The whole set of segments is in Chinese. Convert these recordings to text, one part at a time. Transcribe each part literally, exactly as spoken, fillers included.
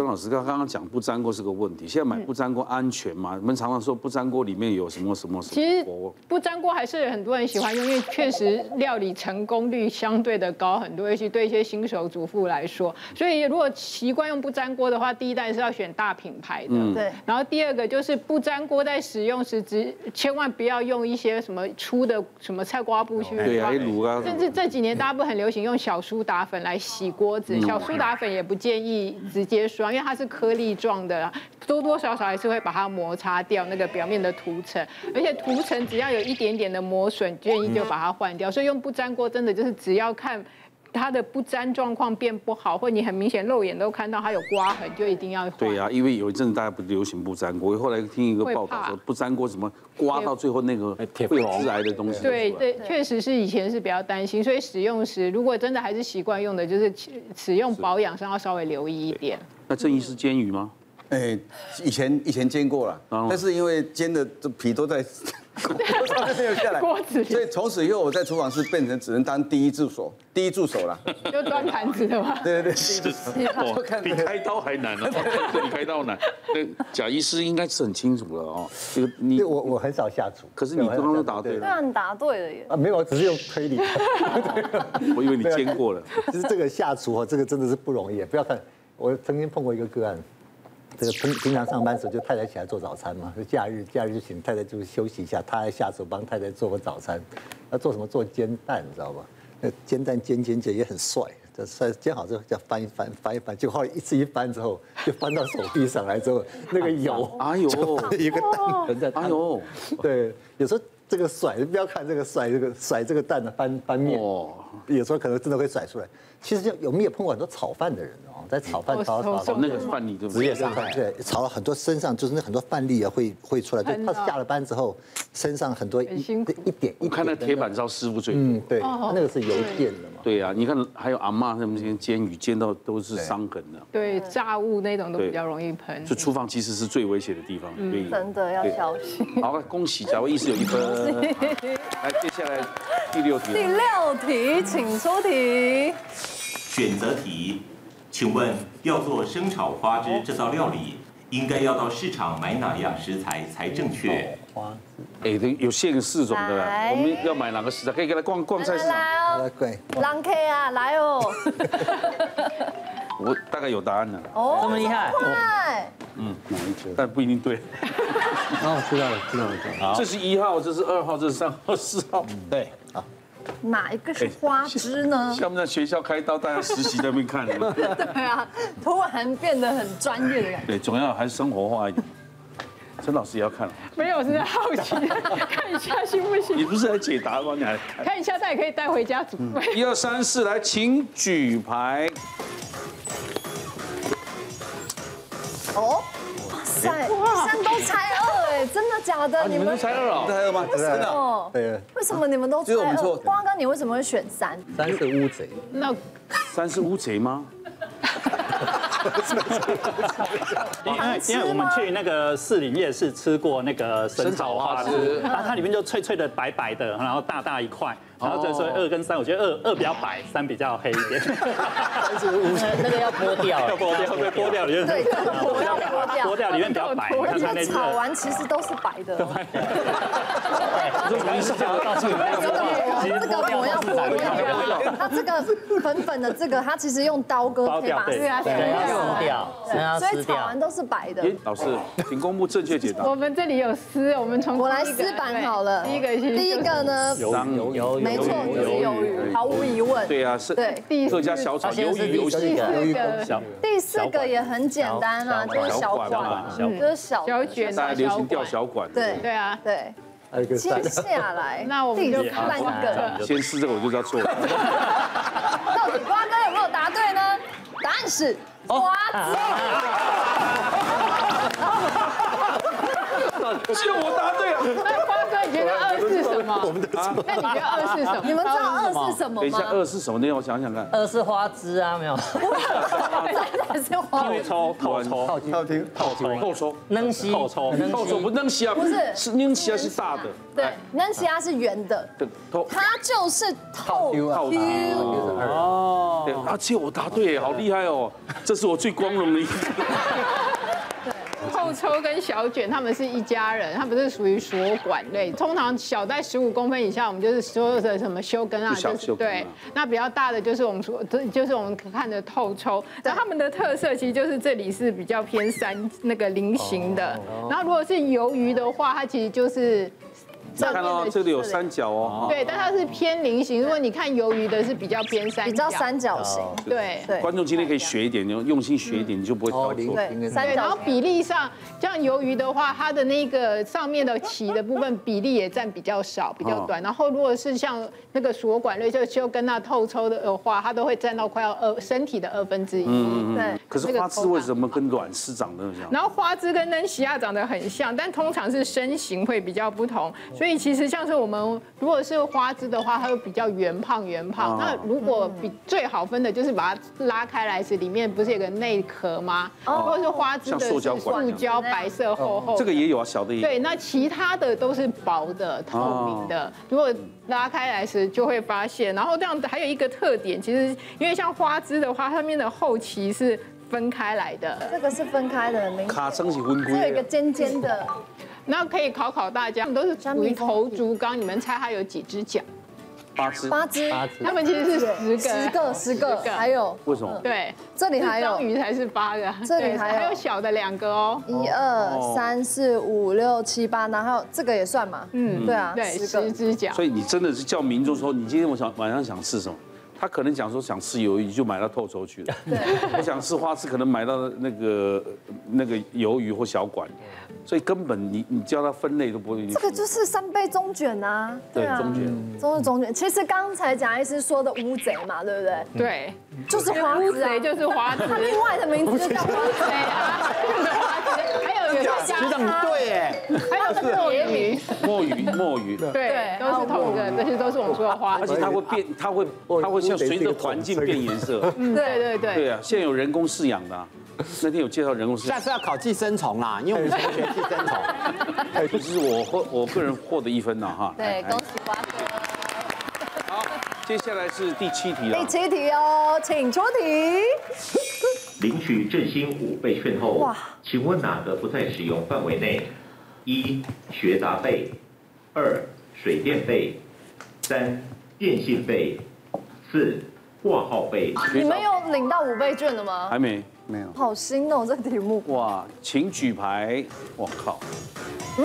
老师刚刚刚讲不粘锅是个问题，现在买不粘锅安全吗？我们常常说不粘锅里面有什么什么什么。 其实不粘锅还是很多人喜欢用，因为确实料理成功率相对的高很多，尤其对一些新手主妇来说。所以如果习惯用不粘锅的话，第一代是要选大品牌的， 嗯、对。 然后第二个就是不粘锅在使用时，只千万不要用一些什么粗的什么菜瓜布去， 对啊，卤啊。 甚至这几年大家不很流行用小苏打粉来洗锅子，小苏打粉也不建议直接刷，因为它是颗粒状的，多多少少还是会把它摩擦掉那个表面的涂层，而且涂层只要有一点点的磨损，建议就把它换掉。所以用不粘锅真的就是只要看它的不粘状况变不好，或你很明显肉眼都看到它有刮痕，就一定要换。 对呀、啊，因为有一阵子大家不流行不粘锅，后来听一个报道说不粘锅什么刮到最后那个会有致癌的东西。 对对，确实是以前是比较担心，所以使用时如果真的还是习惯用的，就是使用保养上要稍微留意一点。 那郑医师煎鱼吗？ 哎，以前以前煎过了，但是因为煎的这皮都在上面没有下来， 锅子里， 所以从此以后我在厨房是变成只能当第一助手，第一助手了。 就端盘子的嘛。 对对对， 哇，比开刀还难啊！比开刀难。那贾医师应该是很清楚了哦。这个你我我很少下厨， 可是你刚刚都答对了。 对啊，你答对了耶。 啊，没有，只是用推理。 我以为你煎过了。 其实这个下厨哦，这个真的是不容易。不要看，我曾经碰过一个个案。这个平平常上班时候就太太起来做早餐嘛，就假日假日就请太太就休息一下，他还下手帮太太做个早餐。那做什么？做煎蛋，你知道吧？那煎蛋煎煎煎也很帅，这帅煎好之后再翻一翻翻一翻，就后来一次一翻之后，就翻到手臂上来之后，那个油， 哎呦， 一个蛋横在， 哎呦， 对，有时候这个甩，不要看这个甩这个甩这个蛋的翻翻面，有时候可能真的会甩出来。其实有没有碰过很多炒饭的人哦，在炒饭炒炒炒那个饭粒对不对？ 职业上对，炒了很多身上就是那很多饭粒啊会会出来，就他下了班之后身上很多一一点。 我看那铁板烧师傅最多， 嗯对，那个是油垫的嘛。 对呀，你看还有阿嬷他们这些煎鱼煎到都是伤痕的。 对，炸物那种都比较容易喷。 就厨房其实是最危险的地方，所以真的要小心。 好，恭喜贾维医师有一分。来，接下来第六题。 第六题，请出题。 选择题，请问要做生炒花枝这道料理，应该要到市场买哪样食材才正确？ 花枝，哎，有限四种的，我们要买哪个食材？可以给他逛逛菜市场。 来哦， 对， 狼 K 啊，来哦。 我大概有答案了。 哦， 这么厉害？ 快。 嗯，哪一个？但不一定对。 哦，知道了，知道了，知道了。 这是一号，这是二号，这是三号、四号。 对，好。 哪一个是花枝呢？ 像我们在学校开刀，大家实习在那边看。 对啊，突然变得很专业的感觉。 对，总要还是生活化一点。陈老师也要看。 没有，我是在好奇，看一下行不行？ 你不是来解答吗？你还看？ 看一下，但也可以带回家煮。 一二三四，来，请举牌。 哦，哇塞，三都猜二哎，真的假的？ 你们都猜二啊？ 猜二吗？真的。 哦， 对。 为什么你们都猜二？光哥，你为什么会选三？ 三是乌贼。 那三是乌贼吗？ 因为因为我们去那个士林夜市吃过那个生炒花枝，然后它里面就脆脆的、白白的，然后大大一块。然后所以二跟三，我觉得二二比较白，三比较黑一点。 那个要剥掉，要剥掉，对，剥掉里面。 对，我要剥掉， 剥掉里面比较白。 而且炒完其实都是白的。 这个是这样告诉你们， 这个我要剥掉。它这个粉粉的这个，它其实用刀割可以把它撕掉， 撕掉， 所以炒完都是白的。 老师，请公布正确解答。 我们这里有撕，我们从我来撕板好了。 第一个是第一个呢， 鱿鱼， 没错，就是鱿鱼，毫无疑问。 对啊，是。 对， 客家小炒鱿鱼游戏。 鱿鱼公。 第四个也很简单啊，就是小管，就是小小卷， 大家流行钓小管。 对对啊， 对。接下来， 那我们就三个。 先试这个我就知道错了。 到底瓜哥有没有答对呢？答案是花枝。 只有我答对了。 那瓜哥你觉得二是什么？ 我们的错。 那你觉得二是什么？ 你们知道二是什么等一下， 吗？ 二是什么？那我想想看。 二是花枝啊，没有。 才是花因为抽透抽套听套听透抽透抽， 能吸透抽透抽不能西啊， 不是是能西啊是大的。 对，南西亚是圆的， 对，透。 它就是透 Q 啊透 Q。 哦，对，而且我答对，好厉害哦，这是我最光荣的一个。 透抽跟小卷他们是一家人，他们是属于锁管类。通常小在十五公分以下，我们就是说的什么休根啊， 小就是对。那比较大的就是我们说，就是我们看的透抽。然后他们的特色其实就是这里是比较偏三那个菱形的。然后如果是鱿鱼的话，它其实就是。 看到这里有三角哦， 对，但它是偏菱形。如果你看鱿鱼的是比较偏三角， 比较三角形。 对对。 观众今天可以学一点，你用心学一点，你就不会挑错。 对， 对。然后比例上，像鱿鱼的话，它的那个上面的鳍的部分比例也占比较少，比较短。然后如果是像那个锁管类，就休根那透抽的话，它都会占到快要二身体的二分之一。 嗯对。 可是花枝为什么跟卵丝长得很像？ 然后花枝跟嫩西亚长得很像，但通常是身形会比较不同。所以其实像是我们如果是花枝的话，它会比较圆胖圆胖。那如果比最好分的就是把它拉开来时，里面不是有个内壳吗？或者是花枝的是塑胶白色厚厚。 这个也有啊，小的也有。 对，那其他的都是薄的、透明的。如果拉开来时就会发现，然后这样还有一个特点，其实因为像花枝的话，它面的后鳍是分开来的。 这个是分开的，明卡生是分这有一个开。 尖尖的。 那可以考考大家，他们都是属于头足纲，你们猜它有几只脚？ 八只。 八只。 它们其实是十个。 十个，十个，还有。 为什么？ 对， 这里还有。 章鱼才是八个。 这里还有。 还有小的两个哦。 一二三四五六七八，然后这个也算嘛？嗯，对啊， 对，十只脚。 所以你真的是叫民众说，你今天我想晚上想吃什么？他可能讲说想吃鱿鱼，就买到透抽去了。 对。 我想吃花枝，可能买到那个那个鱿鱼或小管。所以根本你你叫它分类都不会。 这个就是三倍中卷啊， 对啊，中卷， 都是中卷。其实刚才蒋医师说的乌贼嘛，对不对？ 对， 就是花枝啊， 就是花枝。 它另外的名字就叫花枝啊，就是花枝。还有有加学长你对哎， 还有是墨鱼， 墨鱼，墨鱼， 对，都是同个，这些都是我们说的花。 而且它会变，它会它会像随着环境变颜色。 嗯，对对对。 对啊，现在有人工饲养的。那天有介绍人工饲养， 下次要考寄生虫啦，因为我们以前学寄生虫。 哎，这是我获我个人获得一分了哈。 对，恭喜瓜哥。 好，接下来是第七题了。 第七题哦，请出题。 领取振兴五倍券后，哇，请问哪个不在使用范围内？一、学杂费；二、水电费；三、电信费；四、挂号费。 你们有领到五倍券的吗？ 还没， 没有。 好新哦，这个题目。 哇，请举牌！我靠。 嗯。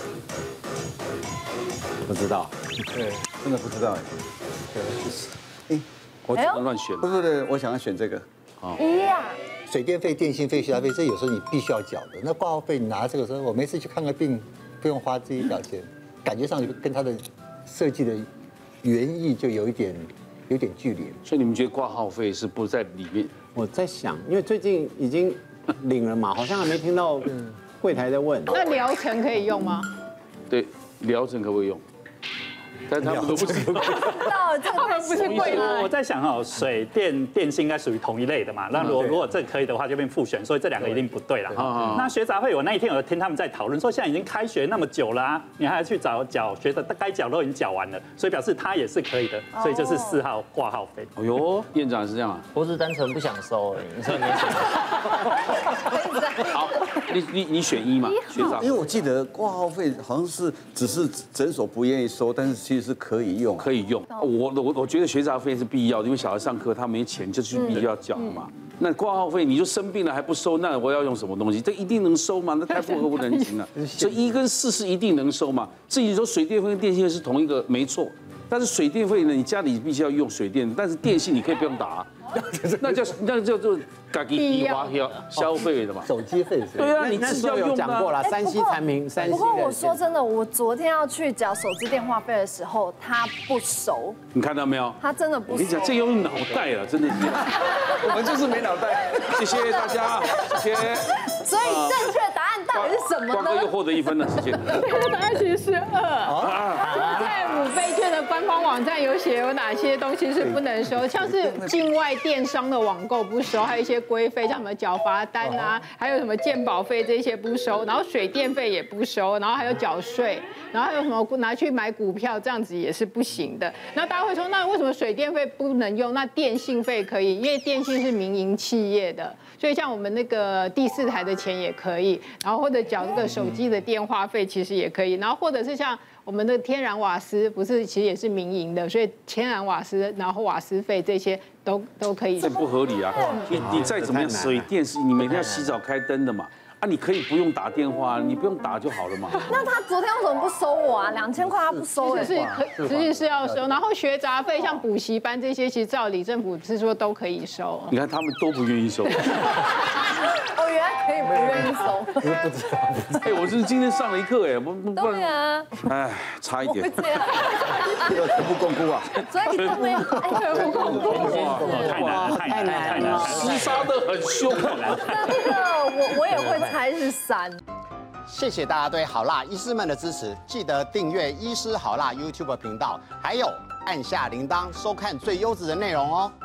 不知道。 对，真的不知道。 哎，我只能乱选。 不是不是，我想要选这个。 好。 一呀。 水电费、电信费、学杂费，这有时候你必须要缴的。那挂号费你拿这个时候，我每次去看个病，不用花这一表钱，感觉上就跟它的设计的原意就有一点有点距离。 所以你们觉得挂号费是不在里面？ 我在想，因为最近已经领了嘛，好像还没听到柜台在问。 那疗程可以用吗？ 对，疗程可不可以用？但他们都不是， 他们不是贵吗？ 我在想哈，水电电信应该属于同一类的嘛。那如果如果这可以的话，就变复选，所以这两个一定不对了。那学杂费，我那一天有听他们在讨论，说现在已经开学那么久了啊，你还要去找缴学的，该缴都已经缴完了，所以表示他也是可以的，所以就是四号挂号费。 哎呦，院长是这样啊？ 不是单纯不想收而已，你说你好，你你你选一嘛，学长。 因为我记得挂号费好像是只是诊所不愿意收，但是其实是可以用， 可以用。我我我觉得学杂费是必要的，因为小孩上课他没钱，就是必须要缴嘛。那挂号费你就生病了还不收，那我要用什么东西？这一定能收吗？那太不合乎人情了。所以一跟四是一定能收嘛。至于说水电费跟电信费是同一个，没错。但是水电费呢，你家里必须要用水电，但是电信你可以不用打，那叫那叫做自己低花消消费的嘛。 手机费是。 对啊，你自己要用讲过了，山西产品，山西。 不过我说真的，我昨天要去缴手机电话费的时候，他不熟。 你看到没有？ 他真的不熟。 我跟你讲，这用脑袋了，真的是。 我们就是没脑袋。 谢谢大家，谢谢。 所以正确答案到到底是什么光哥又呢？ 获得一分的时间。 答案其实是二。在五倍券的官方网站有写有哪些东西是不能收，像是境外电商的网购不收，还有一些规费，像什么缴罚单啊，还有什么健保费这些不收，然后水电费也不收，然后还有缴税，然后还有什么拿去买股票这样子也是不行的。那大家会说，那为什么水电费不能用？那电信费可以，因为电信是民营企业的，所以像我们那个第四台的钱也可以，然后或者缴这个手机的电话费其实也可以，然后或者是像我们的天然瓦斯，不是其实也是民营的，所以天然瓦斯，然后瓦斯费这些都都可以。 这不合理啊！你你再怎么样，水电是你每天要洗澡开灯的嘛。啊，你可以不用打电话，你不用打就好了嘛。 那他昨天为什么不收我啊？两千块他不收， 其实是可，其实是要收。然后学杂费，像补习班这些，其实照理政府是说都可以收。 你看他们都不愿意收。 哦，原来可以不愿意收。 不知道。 哎，我是今天上了一课哎，不不不。 对啊。 哎，差一点。 要全部共估啊。 所以都没有， 全部共估。 太难了，太难了，太难了， 厮杀的很凶。 真的，我我也会猜是三。 谢谢大家对好辣医师们的支持，记得订阅医师好辣 YouTube 频道，还有按下铃铛收看最优质的内容哦。